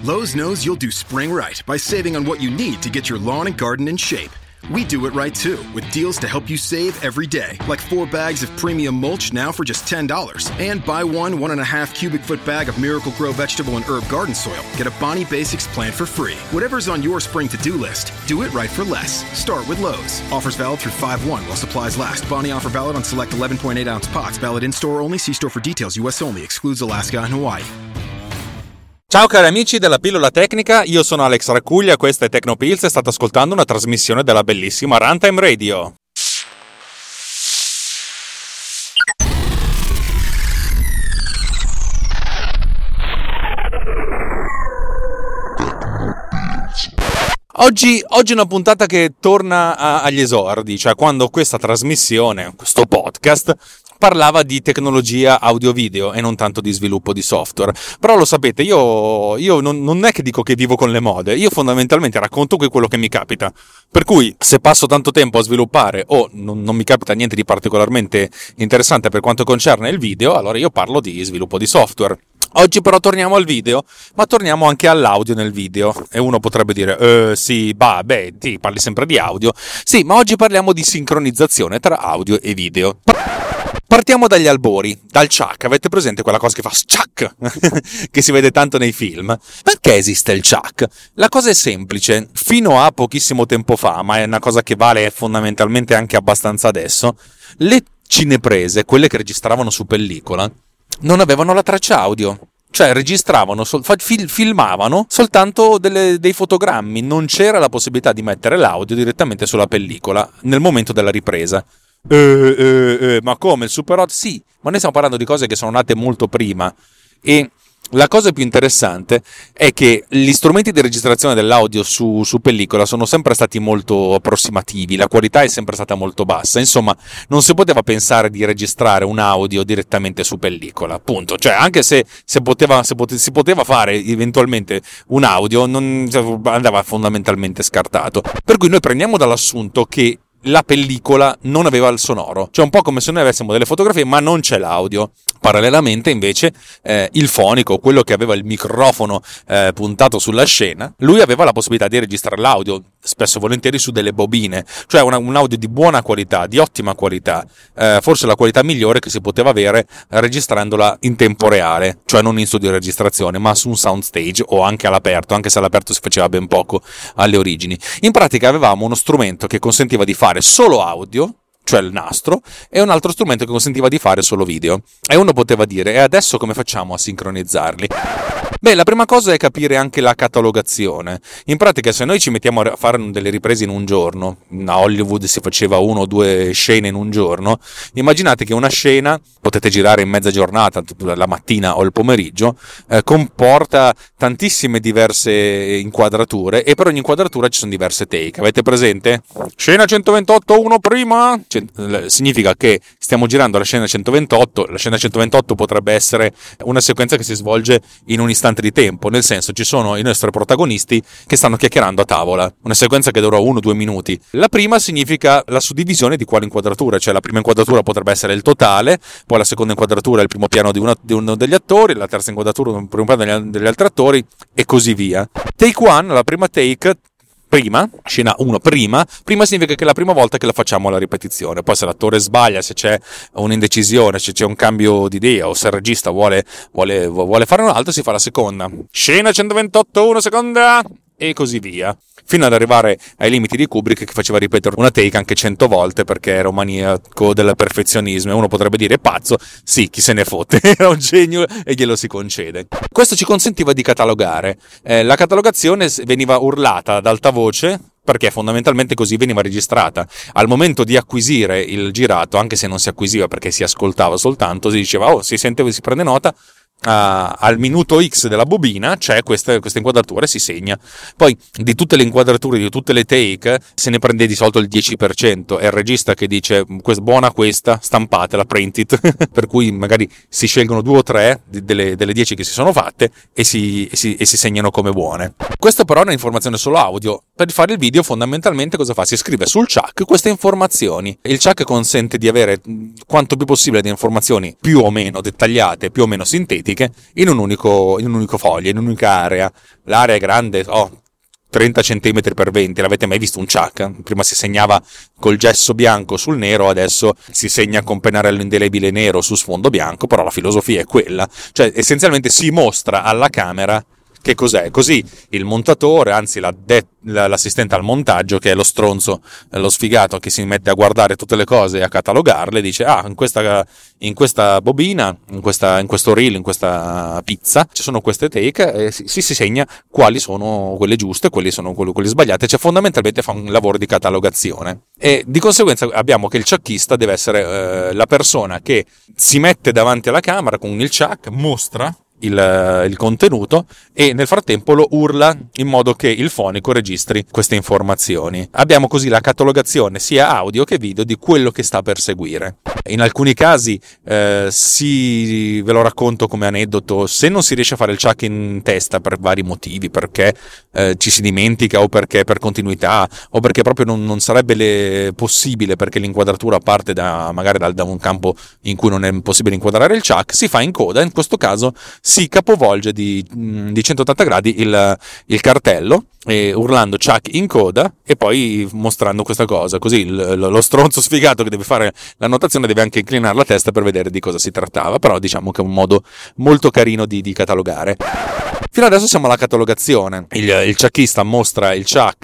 Lowe's knows you'll do spring right by saving on what you need to get your lawn and garden in shape. We do it right too, with deals to help you save every day, like 4 bags of premium mulch now for just $10. And buy 1.5 cubic foot bag of Miracle-Gro vegetable and herb garden soil. Get a Bonnie Basics plant for free. Whatever's on your spring to-do list, do it right for less. Start with Lowe's. Offers valid through 5/1 while supplies last. Bonnie offer valid on select 11.8-ounce pots. Valid in-store only. See store for details. U.S. only. Excludes Alaska and Hawaii. Ciao cari amici della pillola tecnica, io sono Alex Raccuglia, questa è Tecnopills e state ascoltando una trasmissione della bellissima Runtime Radio. Oggi è una puntata che torna agli esordi, cioè quando questa trasmissione, questo podcast, parlava di tecnologia audio-video e non tanto di sviluppo di software. Però lo sapete, io non è che dico che vivo con le mode, io fondamentalmente racconto quello che mi capita. Per cui se passo tanto tempo a sviluppare o non mi capita niente di particolarmente interessante per quanto concerne il video, allora io parlo di sviluppo di software. Oggi però torniamo al video, ma torniamo anche all'audio nel video. E uno potrebbe dire, sì, ti parli sempre di audio. Sì, ma oggi parliamo di sincronizzazione tra audio e video. Partiamo dagli albori, dal chuck. Avete presente quella cosa che fa chuck? Che si vede tanto nei film? Perché esiste il chuck? La cosa è semplice. Fino a pochissimo tempo fa, ma è una cosa che vale fondamentalmente anche abbastanza adesso, le cineprese, quelle che registravano su pellicola, non avevano la traccia audio. Cioè registravano, filmavano soltanto dei fotogrammi. Non c'era la possibilità di mettere l'audio direttamente sulla pellicola nel momento della ripresa. Ma come? Il Super 8? Sì, ma noi stiamo parlando di cose che sono nate molto prima. E la cosa più interessante è che gli strumenti di registrazione dell'audio su pellicola sono sempre stati molto approssimativi, la qualità è sempre stata molto bassa, insomma non si poteva pensare di registrare un audio direttamente su pellicola, appunto. Cioè anche se si poteva fare eventualmente un audio, non andava fondamentalmente scartato. Per cui noi prendiamo dall'assunto che la pellicola non aveva il sonoro, cioè un po' come se noi avessimo delle fotografie ma non c'è l'audio. Parallelamente invece il fonico, quello che aveva il microfono puntato sulla scena, lui aveva la possibilità di registrare l'audio spesso e volentieri su delle bobine, cioè un audio di buona qualità, di ottima qualità, forse la qualità migliore che si poteva avere registrandola in tempo reale, cioè non in studio di registrazione ma su un soundstage o anche all'aperto, anche se all'aperto si faceva ben poco alle origini. In pratica avevamo uno strumento che consentiva di fare solo audio, cioè il nastro, e un altro strumento che consentiva di fare solo video. E uno poteva dire, e adesso come facciamo a sincronizzarli? Beh, la prima cosa è capire anche la catalogazione. In pratica, se noi ci mettiamo a fare delle riprese in un giorno, a Hollywood si faceva 1 o 2 scene in un giorno, immaginate che una scena, potete girare in mezza giornata, la mattina o il pomeriggio, comporta tantissime diverse inquadrature, e per ogni inquadratura ci sono diverse take. Avete presente? Scena 128, 1 prima? Significa che stiamo girando la scena 128, la scena 128 potrebbe essere una sequenza che si svolge in un istante di tempo, nel senso ci sono i nostri protagonisti che stanno chiacchierando a tavola, una sequenza che durò 1-2 minuti. La prima significa la suddivisione di quale inquadratura, cioè la prima inquadratura potrebbe essere il totale, poi la seconda inquadratura è il primo piano di uno degli attori, la terza inquadratura è il primo piano degli altri attori e così via. Take 1, la prima take, scena 1 prima significa che è la prima volta che la facciamo la ripetizione. Poi se l'attore sbaglia, se c'è un'indecisione, se c'è un cambio di idea o se il regista vuole fare un altro, si fa la seconda. Scena 128, 1 seconda e così via, fino ad arrivare ai limiti di Kubrick che faceva ripetere una take anche 100 volte perché era un maniaco del perfezionismo. E uno potrebbe dire pazzo, sì, chi se ne fotte, era un genio e glielo si concede. Questo ci consentiva di catalogare. La catalogazione veniva urlata ad alta voce perché fondamentalmente così veniva registrata. Al momento di acquisire il girato, anche se non si acquisiva perché si ascoltava soltanto, si diceva si sente, si prende nota, al minuto X della bobina c'è questa inquadratura e si segna. Poi di tutte le inquadrature, di tutte le take, se ne prende di solito il 10%, è il regista che dice buona questa, stampatela, print it. Per cui magari si scelgono 2 o 3 delle 10 che si sono fatte e si segnano come buone. Questo però è un'informazione solo audio. Per fare il video fondamentalmente cosa fa? Si scrive sul chuck queste informazioni. Il chuck consente di avere quanto più possibile di informazioni più o meno dettagliate, più o meno sintetiche, in un unico foglio, in un'unica area. L'area è grande, 30 cm per 20, l'avete mai visto un chuck? Prima si segnava col gesso bianco sul nero, adesso si segna con pennarello indelebile nero su sfondo bianco, però la filosofia è quella, cioè essenzialmente si mostra alla camera che cos'è, così il montatore, anzi l'assistente al montaggio, che è lo stronzo, lo sfigato che si mette a guardare tutte le cose e a catalogarle, dice in questa bobina, in questo reel, in questa pizza ci sono queste take, e si segna quali sono quelle giuste, quali sono quelle sbagliate, cioè fondamentalmente fa un lavoro di catalogazione, e di conseguenza abbiamo che il chuckista deve essere la persona che si mette davanti alla camera con il chuck, mostra il contenuto e nel frattempo lo urla in modo che il fonico registri queste informazioni. Abbiamo così la catalogazione sia audio che video di quello che sta per seguire. In alcuni casi ve lo racconto come aneddoto, se non si riesce a fare il chuck in testa per vari motivi, perché ci si dimentica o perché per continuità o perché proprio non sarebbe possibile, perché l'inquadratura parte magari da un campo in cui non è possibile inquadrare il chuck, si fa in coda. In questo caso si capovolge di 180 gradi il cartello, urlando chuck in coda e poi mostrando questa cosa, così lo stronzo sfigato che deve fare la notazione deve anche inclinare la testa per vedere di cosa si trattava, però diciamo che è un modo molto carino di catalogare. Fino adesso siamo alla catalogazione. Il chuckista mostra il chuck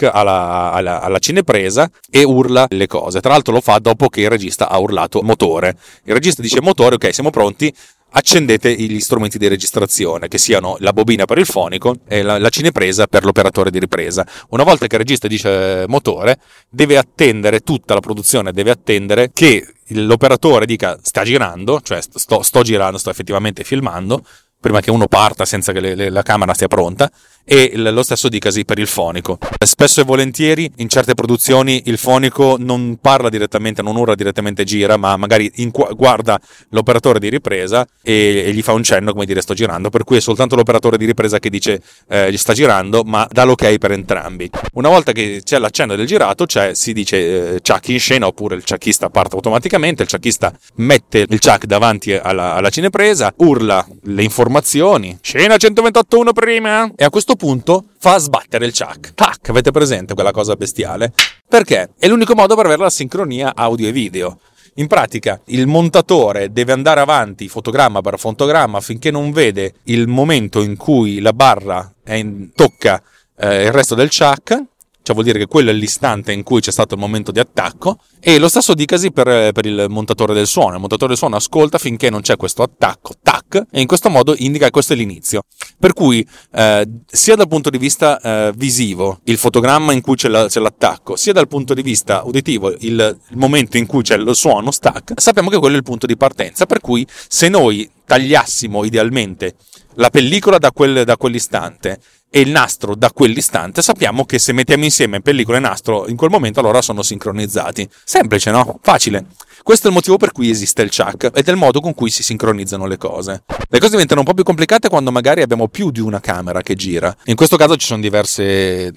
alla cinepresa e urla le cose. Tra l'altro lo fa dopo che il regista ha urlato motore. Il regista dice motore, ok, siamo pronti, accendete gli strumenti di registrazione, che siano la bobina per il fonico e la cinepresa per l'operatore di ripresa. Una volta che il regista dice motore, deve attendere, tutta la produzione deve attendere che l'operatore dica sta girando, cioè sto girando, sto effettivamente filmando, prima che uno parta senza che la camera sia pronta, e lo stesso dicasi per il fonico. Spesso e volentieri in certe produzioni il fonico non parla direttamente, non urla direttamente gira, ma magari guarda l'operatore di ripresa e gli fa un cenno, come dire sto girando, per cui è soltanto l'operatore di ripresa che dice gli sta girando, ma dà l'ok per entrambi. Una volta che c'è l'accenno del girato, si dice chuck in scena, oppure il chuckista parte automaticamente, il chuckista mette il chuck davanti alla cinepresa, urla le informazioni, scena 128.1 prima, e a questo punto fa sbattere il chuck. Tac, avete presente quella cosa bestiale? Perché è l'unico modo per avere la sincronia audio e video. In pratica il montatore deve andare avanti fotogramma per fotogramma finché non vede il momento in cui la barra tocca il resto del chuck, cioè vuol dire che quello è l'istante in cui c'è stato il momento di attacco, e lo stesso dicasi per il montatore del suono. Il montatore del suono ascolta finché non c'è questo attacco, tac, e in questo modo indica che questo è l'inizio. Per cui sia dal punto di vista visivo, il fotogramma in cui c'è l'attacco, sia dal punto di vista uditivo, il momento in cui c'è lo suono, stack, sappiamo che quello è il punto di partenza, per cui se noi tagliassimo idealmente la pellicola da quell'istante e il nastro da quell'istante, sappiamo che se mettiamo insieme pellicola e nastro in quel momento, allora sono sincronizzati. Semplice, no? Facile. Questo è il motivo per cui esiste il chuck ed è il modo con cui si sincronizzano le cose. Le cose diventano un po' più complicate quando magari abbiamo più di una camera che gira. In questo caso ci sono diverse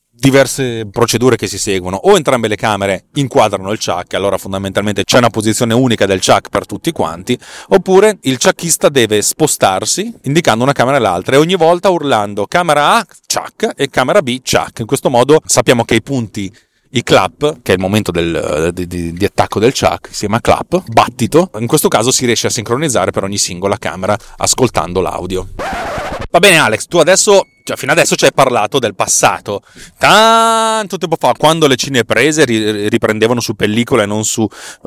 procedure che si seguono. O entrambe le camere inquadrano il chuck, allora fondamentalmente c'è una posizione unica del chuck per tutti quanti, oppure il chuckista deve spostarsi indicando una camera e l'altra e ogni volta urlando camera A chuck e camera B chuck. In questo modo sappiamo che i clap, che è il momento di attacco del chuck, si chiama clap, battito, in questo caso si riesce a sincronizzare per ogni singola camera ascoltando l'audio. Va bene Alex, tu fino adesso ci hai parlato del passato, tanto tempo fa, quando le cineprese riprendevano su pellicola e non su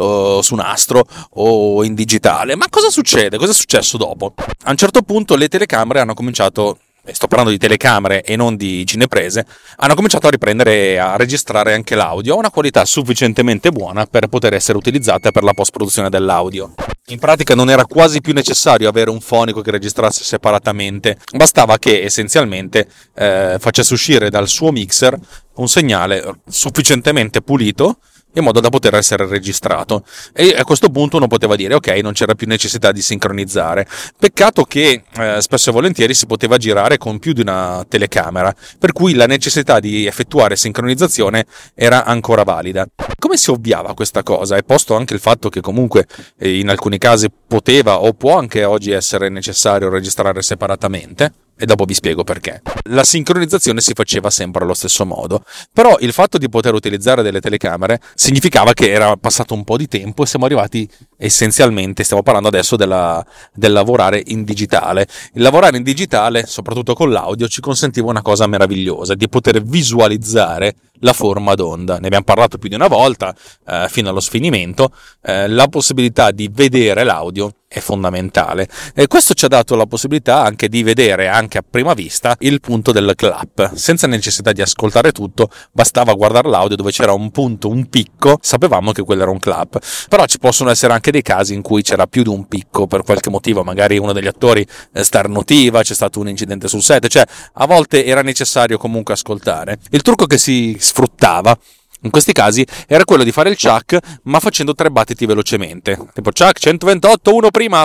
nastro o in digitale. Ma cosa succede? Cosa è successo dopo? A un certo punto le telecamere hanno cominciato, sto parlando di telecamere e non di cineprese, hanno cominciato a riprendere, a registrare anche l'audio a una qualità sufficientemente buona per poter essere utilizzata per la post-produzione dell'audio. In pratica non era quasi più necessario avere un fonico che registrasse separatamente, bastava che essenzialmente facesse uscire dal suo mixer un segnale sufficientemente pulito in modo da poter essere registrato. E a questo punto uno poteva dire ok, non c'era più necessità di sincronizzare. Peccato che spesso e volentieri si poteva girare con più di una telecamera, per cui la necessità di effettuare sincronizzazione era ancora valida. Come si ovviava questa cosa? E posto anche il fatto che comunque in alcuni casi poteva o può anche oggi essere necessario registrare separatamente, e dopo vi spiego perché. La sincronizzazione si faceva sempre allo stesso modo, però il fatto di poter utilizzare delle telecamere significava che era passato un po' di tempo e siamo arrivati essenzialmente, stiamo parlando adesso del lavorare in digitale. Il lavorare in digitale, soprattutto con l'audio, ci consentiva una cosa meravigliosa, di poter visualizzare la forma d'onda. Ne abbiamo parlato più di una volta, fino allo sfinimento. La possibilità di vedere l'audio è fondamentale, e questo ci ha dato la possibilità anche di vedere anche a prima vista il punto del clap, senza necessità di ascoltare tutto, bastava guardare l'audio dove c'era un punto, un picco, sapevamo che quello era un clap. Però ci possono essere anche dei casi in cui c'era più di un picco per qualche motivo, magari uno degli attori starnutiva, c'è stato un incidente sul set, cioè a volte era necessario comunque ascoltare. Il trucco che si sfruttava in questi casi era quello di fare il chuck, ma facendo 3 battiti velocemente, tipo chuck 128, uno prima,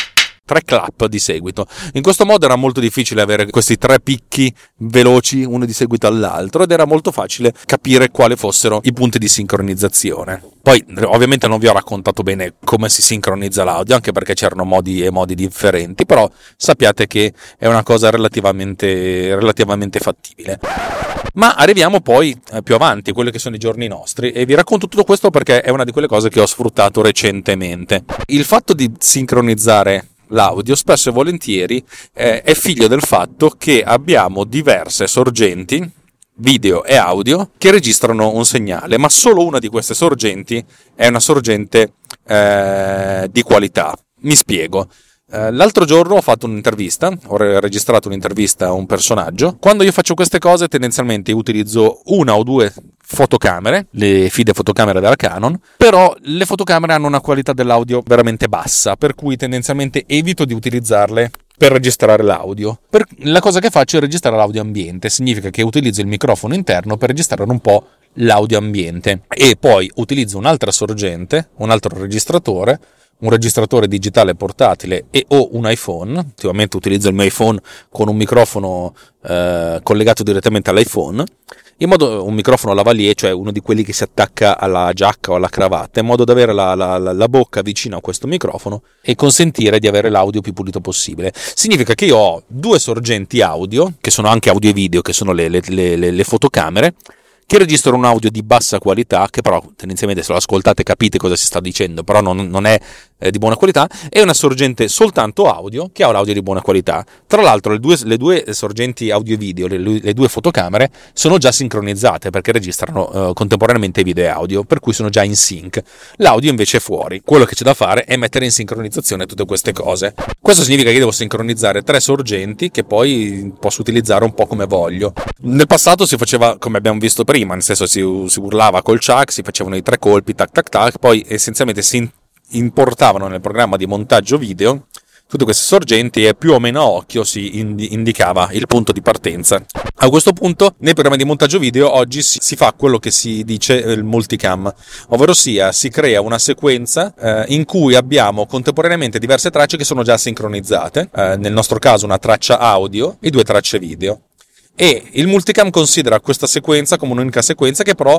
3 clap di seguito. In questo modo era molto difficile avere questi 3 picchi veloci uno di seguito all'altro, ed era molto facile capire quali fossero i punti di sincronizzazione. Poi ovviamente non vi ho raccontato bene come si sincronizza l'audio, anche perché c'erano modi e modi differenti, però sappiate che è una cosa relativamente fattibile. Ma arriviamo poi più avanti, quelli che sono i giorni nostri, e vi racconto tutto questo perché è una di quelle cose che ho sfruttato recentemente. Il fatto di sincronizzare l'audio spesso e volentieri è figlio del fatto che abbiamo diverse sorgenti, video e audio, che registrano un segnale, ma solo una di queste sorgenti è una sorgente di qualità. Mi spiego. L'altro giorno ho fatto un'intervista, ho registrato un'intervista a un personaggio. Quando io faccio queste cose tendenzialmente utilizzo 1 o 2 fotocamere, le fide fotocamere della Canon, però le fotocamere hanno una qualità dell'audio veramente bassa, per cui tendenzialmente evito di utilizzarle per registrare l'audio. La cosa che faccio è registrare l'audio ambiente, significa che utilizzo il microfono interno per registrare un po' l'audio ambiente, e poi utilizzo un'altra sorgente, un altro registratore, un registratore digitale portatile e o un iPhone. Ultimamente utilizzo il mio iPhone con un microfono collegato direttamente all'iPhone, in modo un microfono lavalier, cioè uno di quelli che si attacca alla giacca o alla cravatta, in modo da avere la bocca vicino a questo microfono e consentire di avere l'audio più pulito possibile. Significa che io ho 2 sorgenti audio, che sono anche audio e video, che sono le fotocamere, che registrano un audio di bassa qualità, che però tendenzialmente se lo ascoltate capite cosa si sta dicendo, però non è di buona qualità, e una sorgente soltanto audio che ha l'audio di buona qualità. Tra l'altro le due sorgenti audio e video, le 2 fotocamere, sono già sincronizzate perché registrano contemporaneamente video e audio, per cui sono già in sync. L'audio invece è fuori. Quello che c'è da fare è mettere in sincronizzazione tutte queste cose. Questo significa che devo sincronizzare 3 sorgenti che poi posso utilizzare un po' come voglio. Nel passato si faceva come abbiamo visto prima, nel senso si urlava col chuck, si facevano i 3 colpi, tac tac tac, poi essenzialmente si importavano nel programma di montaggio video tutte queste sorgenti e più o meno a occhio si indicava il punto di partenza. A questo punto nei programmi di montaggio video oggi si fa quello che si dice il multicam, ovvero sia si crea una sequenza in cui abbiamo contemporaneamente diverse tracce che sono già sincronizzate, nel nostro caso una traccia audio e 2 tracce video. E il multicam considera questa sequenza come un'unica sequenza che però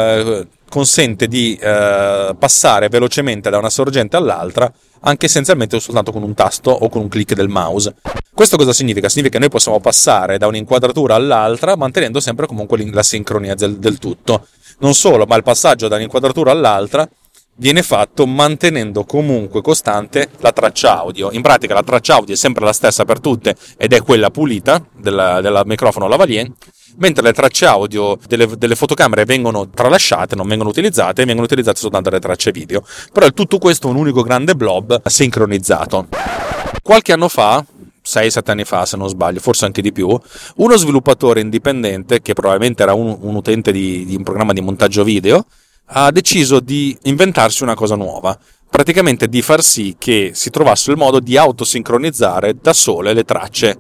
consente di passare velocemente da una sorgente all'altra, anche essenzialmente soltanto con un tasto o con un click del mouse. Questo cosa significa? Significa che noi possiamo passare da un'inquadratura all'altra mantenendo sempre comunque la sincronia del tutto. Non solo, ma il passaggio da un'inquadratura all'altra viene fatto mantenendo comunque costante la traccia audio. In pratica la traccia audio è sempre la stessa per tutte ed è quella pulita del microfono lavalier, mentre le tracce audio delle fotocamere vengono tralasciate, non vengono utilizzate soltanto le tracce video. Però è tutto questo un unico grande blob sincronizzato. Qualche anno fa, 6-7 anni fa se non sbaglio, forse anche di più, uno sviluppatore indipendente, che probabilmente era un utente di un programma di montaggio video, ha deciso di inventarsi una cosa nuova, praticamente di far sì che si trovasse il modo di autosincronizzare da sole le tracce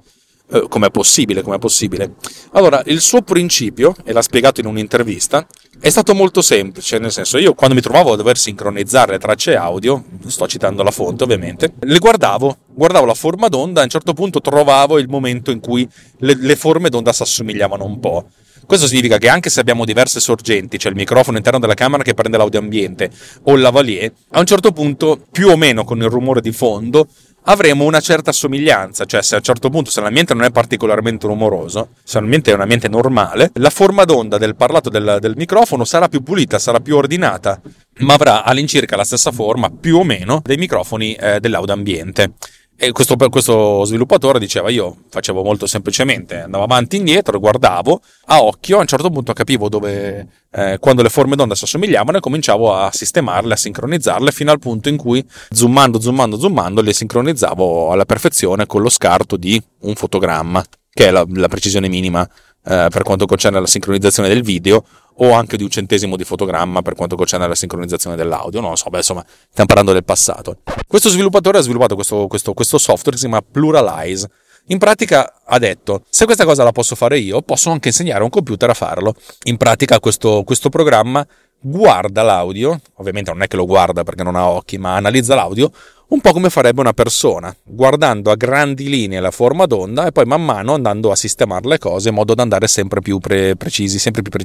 Com'è possibile? Allora, il suo principio, e l'ha spiegato in un'intervista, è stato molto semplice, nel senso, io quando mi trovavo a dover sincronizzare le tracce audio, sto citando la fonte ovviamente, le guardavo la forma d'onda, a un certo punto trovavo il momento in cui le forme d'onda si assomigliavano un po'. Questo significa che anche se abbiamo diverse sorgenti, cioè il microfono interno della camera che prende l'audio ambiente o il lavalier, a un certo punto, più o meno con il rumore di fondo, avremo una certa somiglianza, cioè se a un certo punto, se l'ambiente non è particolarmente rumoroso, se l'ambiente è un ambiente normale, la forma d'onda del parlato del microfono sarà più pulita, sarà più ordinata, ma avrà all'incirca la stessa forma, più o meno, dei microfoni dell'audio ambiente. E questo sviluppatore diceva, io facevo molto semplicemente, andavo avanti e indietro, guardavo a occhio, a un certo punto capivo dove, quando le forme d'onda si assomigliavano, e cominciavo a sistemarle, a sincronizzarle, fino al punto in cui zoomando le sincronizzavo alla perfezione con lo scarto di un fotogramma, che è la precisione minima per quanto concerne la sincronizzazione del video, o anche di un centesimo di fotogramma per quanto concerne la sincronizzazione dell'audio. Non lo so, insomma, stiamo parlando del passato. Questo sviluppatore ha sviluppato questo software che si chiama Pluralize. In pratica ha detto, se questa cosa la posso fare io, posso anche insegnare a un computer a farlo. In pratica questo programma guarda l'audio, ovviamente non è che lo guarda perché non ha occhi, ma analizza l'audio un po' come farebbe una persona, guardando a grandi linee la forma d'onda e poi man mano andando a sistemare le cose in modo da andare sempre più precisi,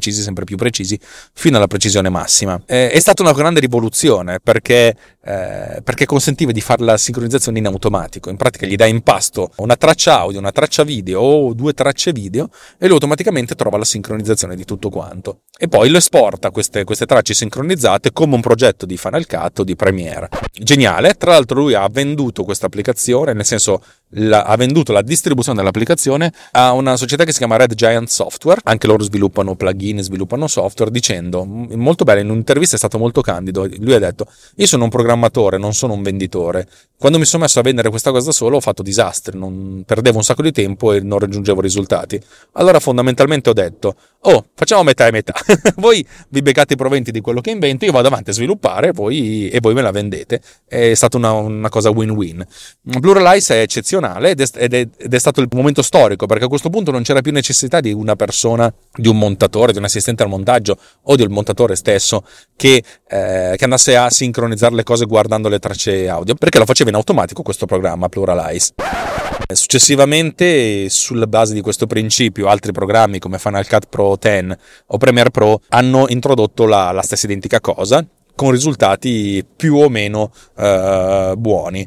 fino alla precisione massima. È stata una grande rivoluzione perché consentiva di fare la sincronizzazione in automatico. In pratica gli dai in pasto una traccia audio, una traccia video o 2 tracce video e lui automaticamente trova la sincronizzazione di tutto quanto. E poi lo esporta queste tracce sincronizzate come un progetto di Final Cut o di Premiere. Geniale. Tra l'altro lui ha venduto questa applicazione, nel senso ha venduto la distribuzione dell'applicazione a una società che si chiama Red Giant Software. Anche loro sviluppano plugin, sviluppano software, dicendo molto bene, in un'intervista è stato molto candido, lui ha detto, io sono un programmatore, non sono un venditore, quando mi sono messo a vendere questa cosa da solo ho fatto disastri, perdevo un sacco di tempo e non raggiungevo risultati. Allora fondamentalmente ho detto, facciamo metà e metà, voi vi beccate i proventi di quello che invento, io vado avanti a sviluppare e voi me la vendete. È stata una cosa win-win. Pluralize è eccezionale ed è stato il momento storico, perché a questo punto non c'era più necessità di una persona, di un montatore, di un assistente al montaggio o del montatore stesso che andasse a sincronizzare le cose guardando le tracce audio, perché lo faceva in automatico questo programma Pluralize. Successivamente, sulla base di questo principio, altri programmi come Final Cut Pro 10 o Premiere Pro hanno introdotto la stessa identica cosa, con risultati più o meno buoni.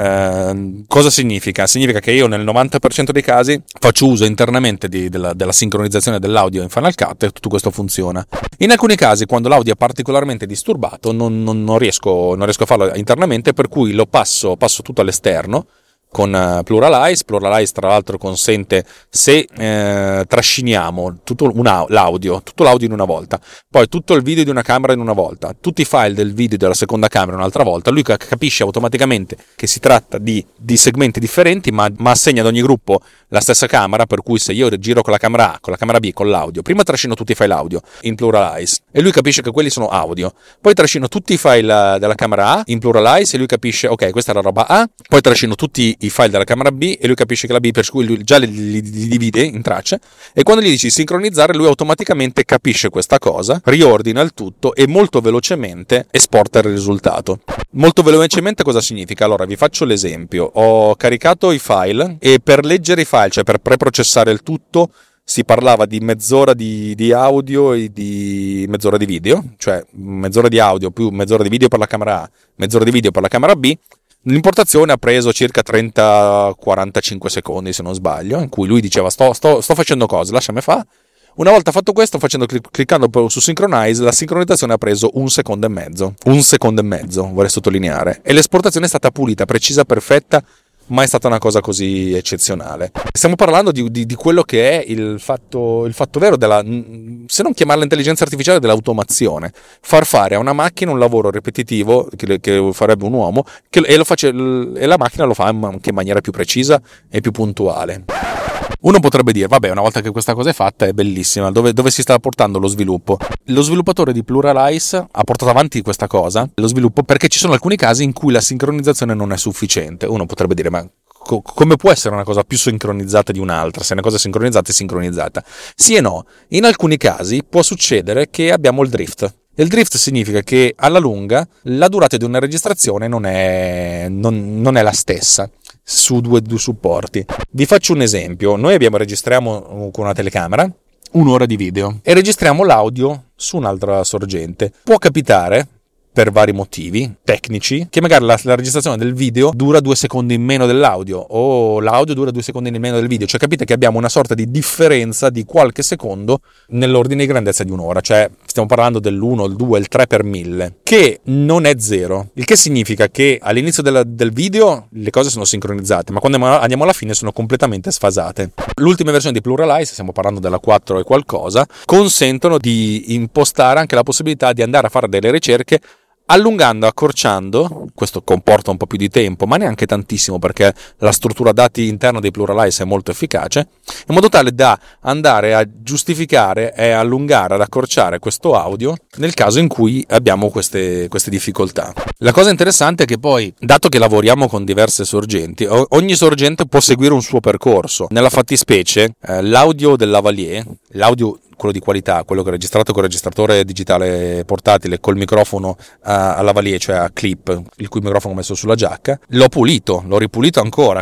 Cosa significa? Significa che io nel 90% dei casi faccio uso internamente della sincronizzazione dell'audio in Final Cut e tutto questo funziona. In alcuni casi, quando l'audio è particolarmente disturbato, non riesco a farlo internamente, per cui lo passo tutto all'esterno con Pluralize. Pluralize tra l'altro consente, se trasciniamo tutto l'audio in una volta, poi tutto il video di una camera in una volta, tutti i file del video della seconda camera un'altra volta, lui capisce automaticamente che si tratta di segmenti differenti, ma assegna ad ogni gruppo la stessa camera, per cui se io giro con la camera A, con la camera B, con l'audio, prima trascino tutti i file audio in Pluralize e lui capisce che quelli sono audio, poi trascino tutti i file della camera A in Pluralize e lui capisce, ok, questa è la roba A, poi trascino tutti i file della camera B e lui capisce che la B, per cui lui già li divide in tracce, e quando gli dici sincronizzare lui automaticamente capisce questa cosa, riordina il tutto e molto velocemente esporta il risultato. Molto velocemente cosa significa? Allora vi faccio l'esempio: ho caricato i file e per leggere i file, cioè per preprocessare il tutto, si parlava di mezz'ora di audio e di mezz'ora di video, cioè mezz'ora di audio più mezz'ora di video per la camera A, mezz'ora di video per la camera B. L'importazione ha preso circa 30-45 secondi, se non sbaglio, in cui lui diceva sto facendo cose, lasciami fa. Una volta fatto questo, cliccando su Synchronize, la sincronizzazione ha preso 1 secondo e mezzo. 1 secondo e mezzo, vorrei sottolineare. E l'esportazione è stata pulita, precisa, perfetta, mai stata una cosa così eccezionale. Stiamo parlando di quello che è il fatto vero della, se non chiamarla intelligenza artificiale, dell'automazione. Far fare a una macchina un lavoro ripetitivo che farebbe un uomo e la macchina lo fa anche in maniera più precisa e più puntuale. Uno potrebbe dire, vabbè, una volta che questa cosa è fatta è bellissima, dove si sta portando lo sviluppo? Lo sviluppatore di Pluralize ha portato avanti questa cosa, lo sviluppo, perché ci sono alcuni casi in cui la sincronizzazione non è sufficiente. Uno potrebbe dire, ma come può essere una cosa più sincronizzata di un'altra? Se una cosa è sincronizzata è sincronizzata. Sì e no. In alcuni casi può succedere che abbiamo il drift. Il drift significa che alla lunga la durata di una registrazione non è la stessa su due supporti. Vi faccio un esempio. Noi registriamo con una telecamera un'ora di video e registriamo l'audio su un'altra sorgente. Può capitare, per vari motivi tecnici, che magari la registrazione del video dura 2 secondi in meno dell'audio, o l'audio dura 2 secondi in meno del video, cioè capite che abbiamo una sorta di differenza di qualche secondo nell'ordine di grandezza di un'ora, cioè stiamo parlando dell'1, il 2, il 3 per 1000, che non è zero, il che significa che all'inizio del video le cose sono sincronizzate, ma quando andiamo alla fine sono completamente sfasate. L'ultima versione di Pluralize, stiamo parlando della 4 e qualcosa, consentono di impostare anche la possibilità di andare a fare delle ricerche allungando, accorciando. Questo comporta un po' più di tempo, ma neanche tantissimo, perché la struttura dati interna dei Pluralize è molto efficace, in modo tale da andare a giustificare e allungare, ad accorciare questo audio nel caso in cui abbiamo queste difficoltà. La cosa interessante è che poi, dato che lavoriamo con diverse sorgenti, ogni sorgente può seguire un suo percorso. Nella fattispecie, l'audio del lavalier, l'audio quello di qualità, quello che è registrato con il registratore digitale portatile col microfono a lavalier, cioè a clip, il cui microfono ho messo sulla giacca, l'ho ripulito ancora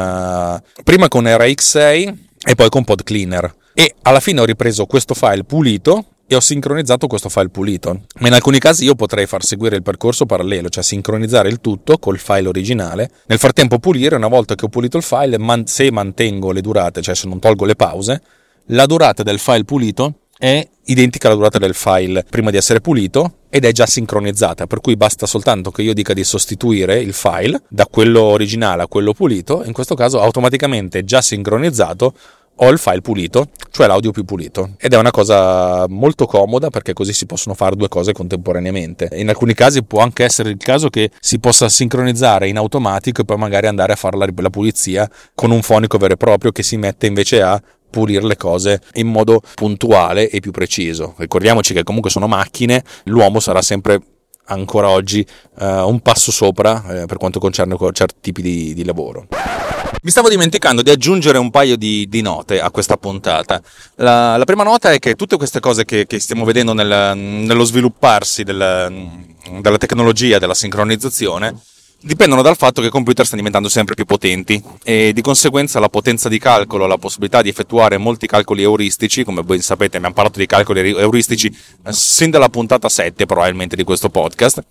prima con RX6 e poi con Pod Cleaner, e alla fine ho ripreso questo file pulito e ho sincronizzato questo file pulito. Ma in alcuni casi io potrei far seguire il percorso parallelo, cioè sincronizzare il tutto col file originale, nel frattempo pulire. Una volta che ho pulito il file, se mantengo le durate, cioè se non tolgo le pause, la durata del file pulito è identica alla durata del file prima di essere pulito ed è già sincronizzata, per cui basta soltanto che io dica di sostituire il file da quello originale a quello pulito. In questo caso automaticamente già sincronizzato ho il file pulito, cioè l'audio più pulito, ed è una cosa molto comoda, perché così si possono fare due cose contemporaneamente. In alcuni casi può anche essere il caso che si possa sincronizzare in automatico e poi magari andare a fare la pulizia con un fonico vero e proprio che si mette invece a pulire le cose in modo puntuale e più preciso. Ricordiamoci che comunque sono macchine, l'uomo sarà sempre ancora oggi un passo sopra per quanto concerne certi tipi di lavoro. Mi stavo dimenticando di aggiungere un paio di note a questa puntata. La prima nota è che tutte queste cose che stiamo vedendo nello svilupparsi della tecnologia, della sincronizzazione, dipendono dal fatto che i computer stanno diventando sempre più potenti e di conseguenza la potenza di calcolo, la possibilità di effettuare molti calcoli euristici, come ben sapete abbiamo parlato di calcoli euristici sin dalla puntata 7 probabilmente di questo podcast,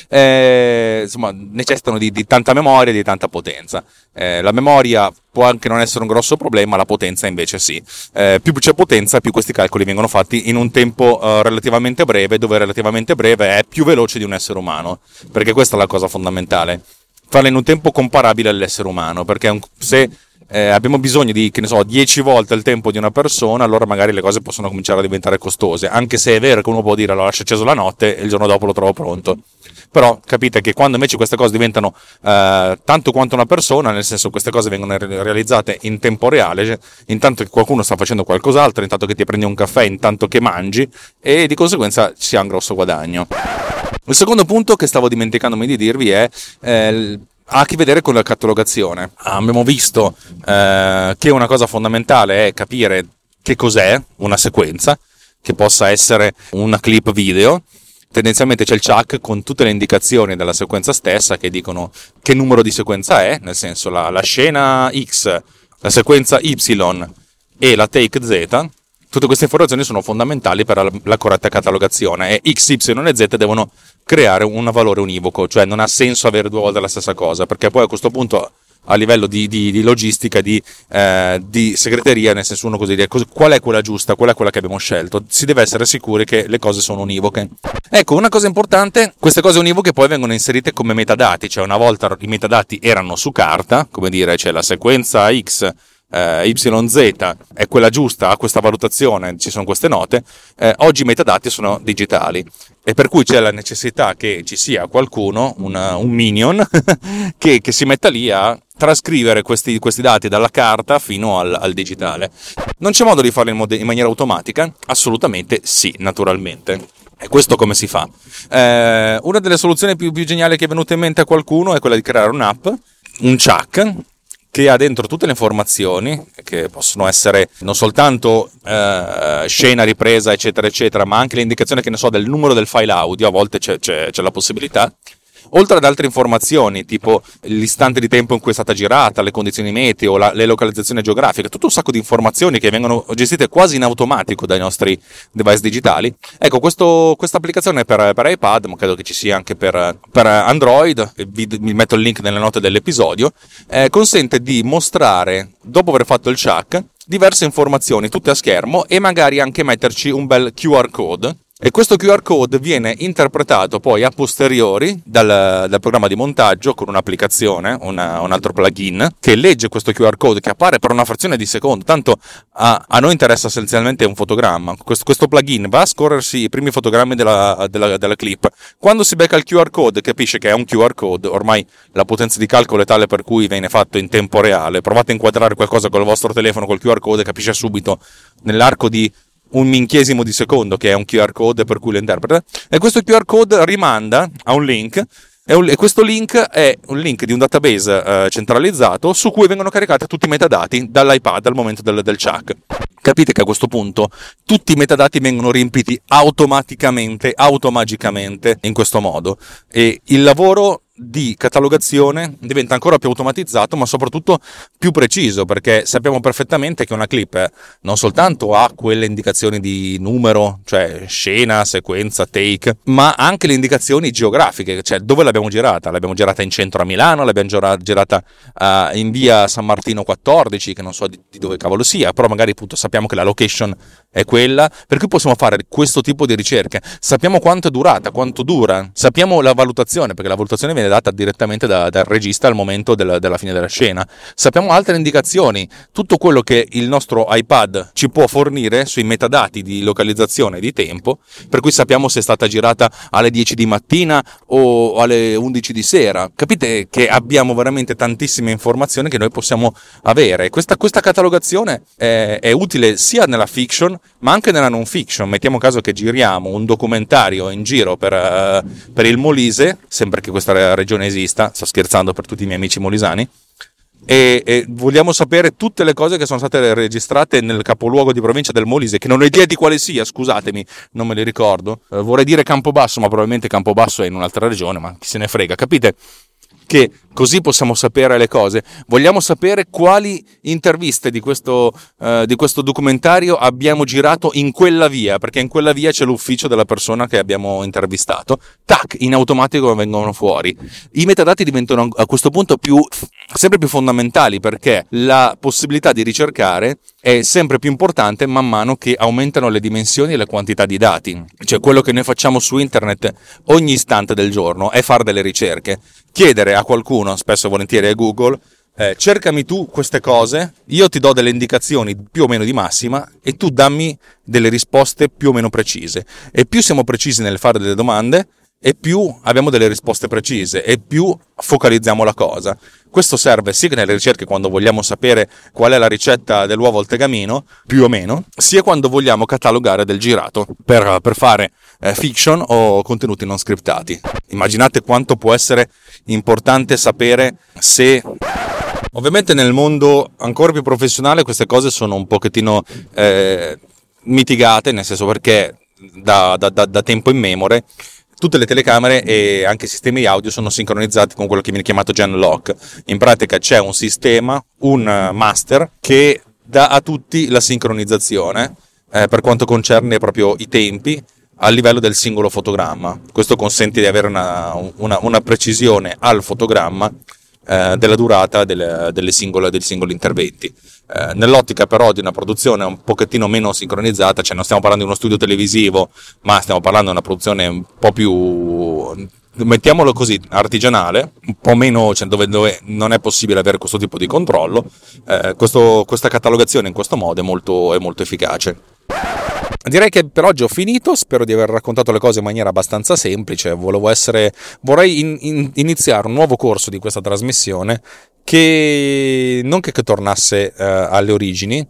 insomma necessitano di tanta memoria e di tanta potenza. La memoria può anche non essere un grosso problema, la potenza invece sì. Più c'è potenza, più questi calcoli vengono fatti in un tempo relativamente breve, dove relativamente breve è più veloce di un essere umano, perché questa è la cosa fondamentale, farla in un tempo comparabile all'essere umano, perché se abbiamo bisogno di, 10 volte il tempo di una persona, allora magari le cose possono cominciare a diventare costose, anche se è vero che uno può dire lo lascio acceso la notte e il giorno dopo lo trovo pronto. Però capite che quando invece queste cose diventano tanto quanto una persona, nel senso queste cose vengono realizzate in tempo reale, cioè, intanto che qualcuno sta facendo qualcos'altro, intanto che ti prendi un caffè, intanto che mangi, e di conseguenza si ha un grosso guadagno. Il secondo punto che stavo dimenticandomi di dirvi è ha a che vedere con la catalogazione. Abbiamo visto che una cosa fondamentale è capire che cos'è una sequenza, che possa essere una clip video. Tendenzialmente c'è il chuck con tutte le indicazioni della sequenza stessa che dicono che numero di sequenza è, nel senso la scena X, la sequenza Y e la take Z. Tutte queste informazioni sono fondamentali per la corretta catalogazione, e X, Y e Z devono creare un valore univoco, cioè non ha senso avere due volte la stessa cosa, perché poi a questo punto a livello di logistica, di segreteria, nel senso uno così dire qual è quella giusta, qual è quella che abbiamo scelto, si deve essere sicuri che le cose sono univoche. Ecco, una cosa importante, queste cose univoche poi vengono inserite come metadati, cioè una volta i metadati erano su carta, come dire c'è la sequenza X, YZ è quella giusta, ha questa valutazione, ci sono queste note, oggi i metadati sono digitali, e per cui c'è la necessità che ci sia qualcuno, un minion che si metta lì a trascrivere questi dati dalla carta fino al digitale. Non c'è modo di farlo in maniera automatica? Assolutamente sì, naturalmente. E questo come si fa? Una delle soluzioni più geniali che è venuta in mente a qualcuno è quella di creare un'app, un chuck, che ha dentro tutte le informazioni, che possono essere non soltanto scena, ripresa, eccetera, eccetera, ma anche l'indicazione, che ne so, del numero del file audio, a volte c'è la possibilità, oltre ad altre informazioni, tipo l'istante di tempo in cui è stata girata, le condizioni meteo, le localizzazioni geografiche, tutto un sacco di informazioni che vengono gestite quasi in automatico dai nostri device digitali. Ecco, questa applicazione è per iPad, ma credo che ci sia anche per Android, vi metto il link nelle note dell'episodio, consente di mostrare, dopo aver fatto il chuck, diverse informazioni tutte a schermo e magari anche metterci un bel QR code. E questo QR code viene interpretato poi a posteriori dal programma di montaggio con un'applicazione, un altro plugin, che legge questo QR code che appare per una frazione di secondo. Tanto a noi interessa essenzialmente un fotogramma. Questo plugin va a scorrersi i primi fotogrammi della clip. Quando si becca il QR code, capisce che è un QR code. Ormai la potenza di calcolo è tale per cui viene fatto in tempo reale. Provate a inquadrare qualcosa con il vostro telefono col QR code, capisce subito nell'arco di un minchiesimo di secondo che è un QR code, per cui lo interpreta, e questo QR code rimanda a un link, e questo link è un link di un database centralizzato su cui vengono caricati tutti i metadati dall'iPad al momento del chuck. Capite che a questo punto tutti i metadati vengono riempiti automagicamente in questo modo, e il lavoro di catalogazione diventa ancora più automatizzato, ma soprattutto più preciso, perché sappiamo perfettamente che una clip non soltanto ha quelle indicazioni di numero, cioè scena, sequenza, take, ma anche le indicazioni geografiche, cioè dove l'abbiamo girata. L'abbiamo girata in centro a Milano, l'abbiamo girata in via San Martino 14, che non so di dove cavolo sia, però magari appunto sappiamo che la location è quella, per cui possiamo fare questo tipo di ricerche. Sappiamo quanto è durata, quanto dura, sappiamo la valutazione, perché la valutazione viene data direttamente dal regista al momento della fine della scena. Sappiamo altre indicazioni, tutto quello che il nostro iPad ci può fornire sui metadati di localizzazione e di tempo, per cui sappiamo se è stata girata alle 10 di mattina o alle 11 di sera. Capite che abbiamo veramente tantissime informazioni che noi possiamo avere. Questa catalogazione è utile sia nella fiction ma anche nella non fiction. Mettiamo caso che giriamo un documentario in giro per il Molise, sempre che questa regione esista, sto scherzando per tutti i miei amici molisani, e vogliamo sapere tutte le cose che sono state registrate nel capoluogo di provincia del Molise, che non ho idea di quale sia, scusatemi, non me li ricordo. Vorrei dire Campobasso, ma probabilmente Campobasso è in un'altra regione, ma chi se ne frega. Capite che così possiamo sapere le cose? Vogliamo sapere quali interviste di questo documentario abbiamo girato in quella via, perché in quella via c'è l'ufficio della persona che abbiamo intervistato. Tac, in automatico vengono fuori. I metadati diventano a questo punto sempre più fondamentali, perché la possibilità di ricercare è sempre più importante man mano che aumentano le dimensioni e le quantità di dati. Cioè, quello che noi facciamo su internet ogni istante del giorno è fare delle ricerche, chiedere a qualcuno, spesso e volentieri a Google, cercami tu queste cose, io ti do delle indicazioni più o meno di massima e tu dammi delle risposte più o meno precise. E più siamo precisi nel fare delle domande, e più abbiamo delle risposte precise, e più focalizziamo la cosa. Questo serve sia nelle ricerche, quando vogliamo sapere qual è la ricetta dell'uovo al tegamino, più o meno, sia quando vogliamo catalogare del girato per fare fiction o contenuti non scriptati. Immaginate quanto può essere importante sapere se... Ovviamente nel mondo ancora più professionale queste cose sono un pochettino mitigate, nel senso, perché da tempo immemore tutte le telecamere e anche i sistemi di audio sono sincronizzati con quello che viene chiamato Gen Lock. In pratica c'è un sistema, un master, che dà a tutti la sincronizzazione per quanto concerne proprio i tempi a livello del singolo fotogramma. Questo consente di avere una precisione al fotogramma della durata dei singoli interventi. Nell'ottica però di una produzione un pochettino meno sincronizzata, cioè non stiamo parlando di uno studio televisivo, ma stiamo parlando di una produzione un po' più, mettiamolo così, artigianale, un po' meno, cioè dove non è possibile avere questo tipo di controllo. Questa catalogazione in questo modo è molto efficace. Direi che per oggi ho finito, spero di aver raccontato le cose in maniera abbastanza semplice. Vorrei iniziare un nuovo corso di questa trasmissione che non che tornasse alle origini,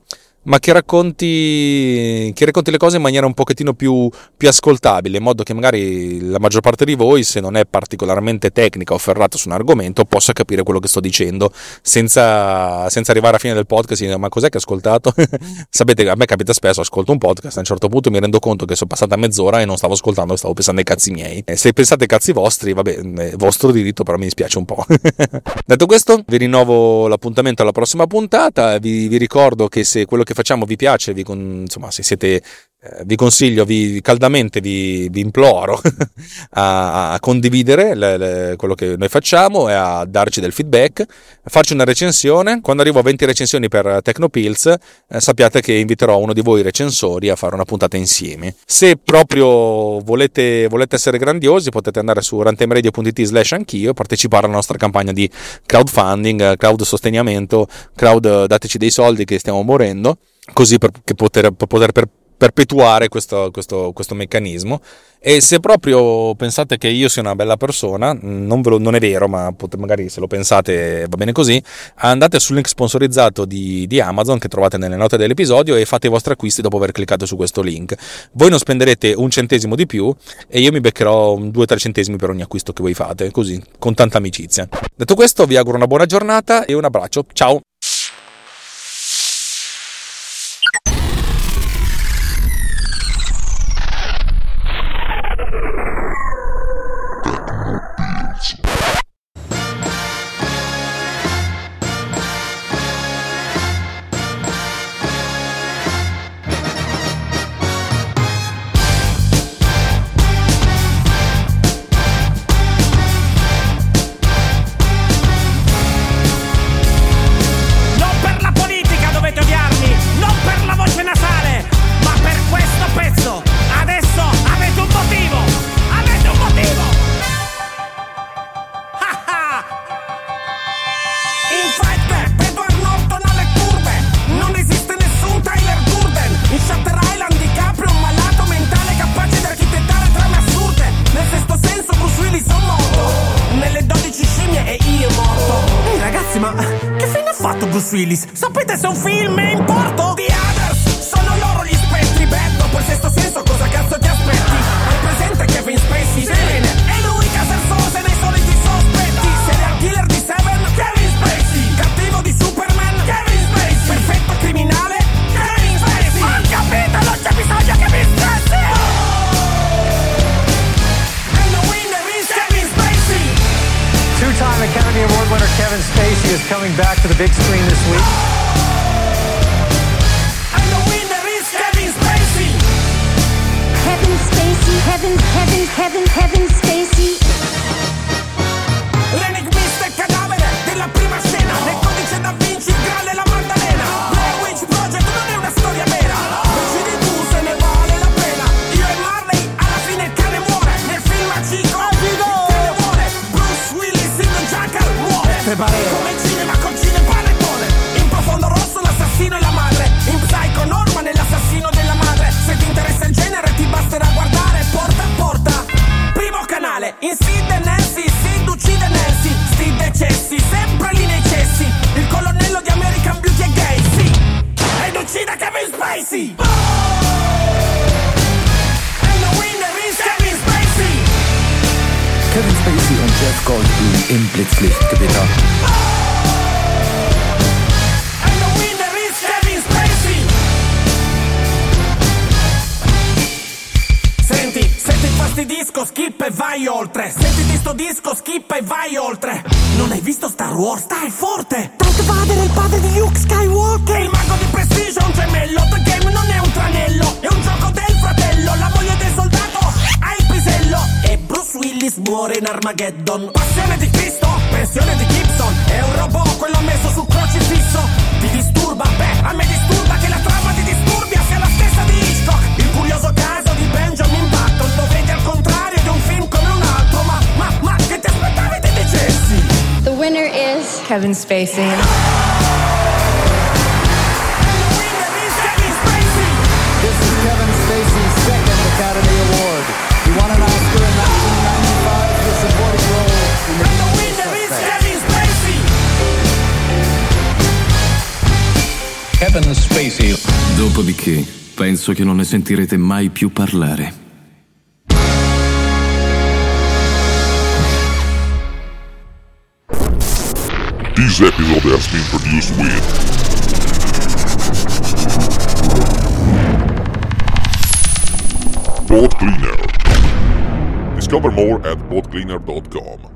ma che racconti le cose in maniera un pochettino più ascoltabile, in modo che magari la maggior parte di voi, se non è particolarmente tecnica o ferrata su un argomento, possa capire quello che sto dicendo senza arrivare alla fine del podcast e dire ma cos'è che ho ascoltato? Sapete che a me capita spesso, ascolto un podcast, a un certo punto mi rendo conto che sono passata mezz'ora e non stavo ascoltando, stavo pensando ai cazzi miei. Se pensate ai cazzi vostri, vabbè, è vostro diritto, però mi dispiace un po'. Detto questo, vi rinnovo l'appuntamento alla prossima puntata, vi ricordo che se quello che facciamo vi piace, se siete, vi consiglio, caldamente vi imploro a condividere quello che noi facciamo e a darci del feedback, a farci una recensione. Quando arrivo a 20 recensioni per Tecnopills, sappiate che inviterò uno di voi recensori a fare una puntata insieme. Se proprio volete essere grandiosi, potete andare su rantemradio.it/anch'io e partecipare alla nostra campagna di crowdfunding, crowd sostenimento, dateci dei soldi che stiamo morendo, così per poter perpetuare questo meccanismo. E se proprio pensate che io sia una bella persona, non è vero, ma magari se lo pensate va bene così, andate sul link sponsorizzato di Amazon che trovate nelle note dell'episodio e fate i vostri acquisti dopo aver cliccato su questo link. Voi non spenderete un centesimo di più e io mi beccherò 2-3 centesimi per ogni acquisto che voi fate, così, con tanta amicizia. Detto questo, vi auguro una buona giornata e un abbraccio, ciao! Willis. Sapete se un film è in porto? The Others, sono loro gli spettri. Beh, dopo il sesto senso cosa cazzo ti aspetti? Hai presente Kevin Spacey? Sì. Bene, e lui Casersose nei soliti sospetti. Serial killer di Seven? Kevin Spacey. Cattivo di Superman? Kevin Spacey. Perfetto criminale? Kevin Spacey. Ho capito, non c'è bisogno che mi stressi. And the winner is Kevin Spacey. Two-time Academy Award winner Kevin Spacey is coming back to the big screen this week. And the winner is Kevin Spacey. Kevin Spacey, Kevin Spacey. L'enigmista e cadavere della prima scena. Nel codice da Vinci, il Graal e la Maddalena. Blair Witch Project non è una storia vera. Decidi tu se ne vale la pena. Io e Marley, alla fine il cane muore. Nel film a Chico, il cane muore. Bruce Willis in The Jackal muore. Come il cinema col cinepanettone. In Profondo Rosso l'assassino e la madre. In Psycho Norman è l'assassino della madre. Se ti interessa il genere ti basterà guardare Porta a Porta. Primo canale. In Sid e Nancy, Sid uccide Nancy. Sid decessi, sempre lì nei cessi. Il colonnello di American Beauty è gay, sì. Ed uccide Kevin Spacey. And the winner is Kevin Spacey. Kevin Spacey und Jeff Goldblum im Blitzlichtgewitter. And the winner is Kevin Spacey. Senti il fastidisco, skip e vai oltre. Senti sto disco, skip e vai oltre. Non hai visto Star Wars? Stai forte. Darth Vader è il padre di Luke Skywalker. Il mago di Prestige è un gemello. The Game non è un tranello, è un gioco del fratello. La moglie del soldato ha il pisello. E Bruce Willis muore in Armageddon. Passione di Cristo, pensione di Gibson. È un robot quello messo sul crocifisso. Ti disturba? Beh, a me disturba che la trama di Disturbia sia la stessa di Hitchcock. Il curioso caso di Benjamin Button. Lo vedi al contrario di un film come un altro. Ma che ti aspettavi dei decessi? The winner is Kevin Spacey. And the winner is Kevin Spacey. This is Kevin Spacey's second Academy Award. He won an Oscar in 1995 for supporting role in The And the Usual winner is Suspects. Kevin Spacey. Kevin Spacey. Dopodiché, penso che non ne sentirete mai più parlare. This episode has been produced with Pod Cleaner. Discover more at podcleaner.com.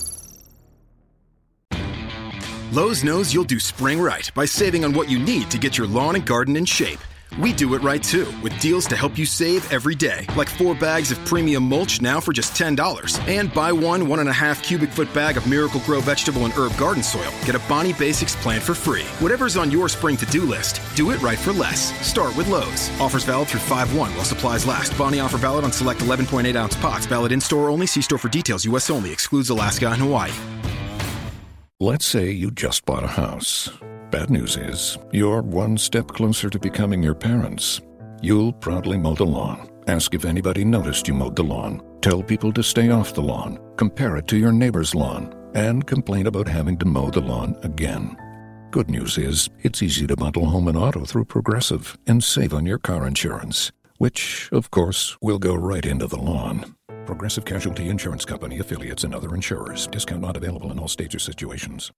Lowe's knows you'll do spring right by saving on what you need to get your lawn and garden in shape. We do it right too, with deals to help you save every day, like 4 bags of premium mulch now for just $10. And buy 1.5 cubic foot bag of Miracle-Gro vegetable and herb garden soil. Get a Bonnie Basics plant for free. Whatever's on your spring to-do list, do it right for less. Start with Lowe's. Offers valid through 5/1 while supplies last. Bonnie offer valid on select 11.8-ounce pots. Valid in-store only. See store for details. U.S. only. Excludes Alaska and Hawaii. Let's say you just bought a house. Bad news is, you're one step closer to becoming your parents. You'll proudly mow the lawn. Ask if anybody noticed you mowed the lawn. Tell people to stay off the lawn. Compare it to your neighbor's lawn. And complain about having to mow the lawn again. Good news is, it's easy to bundle home and auto through Progressive and save on your car insurance. Which, of course, will go right into the lawn. Progressive Casualty Insurance Company, affiliates, and other insurers. Discount not available in all states or situations.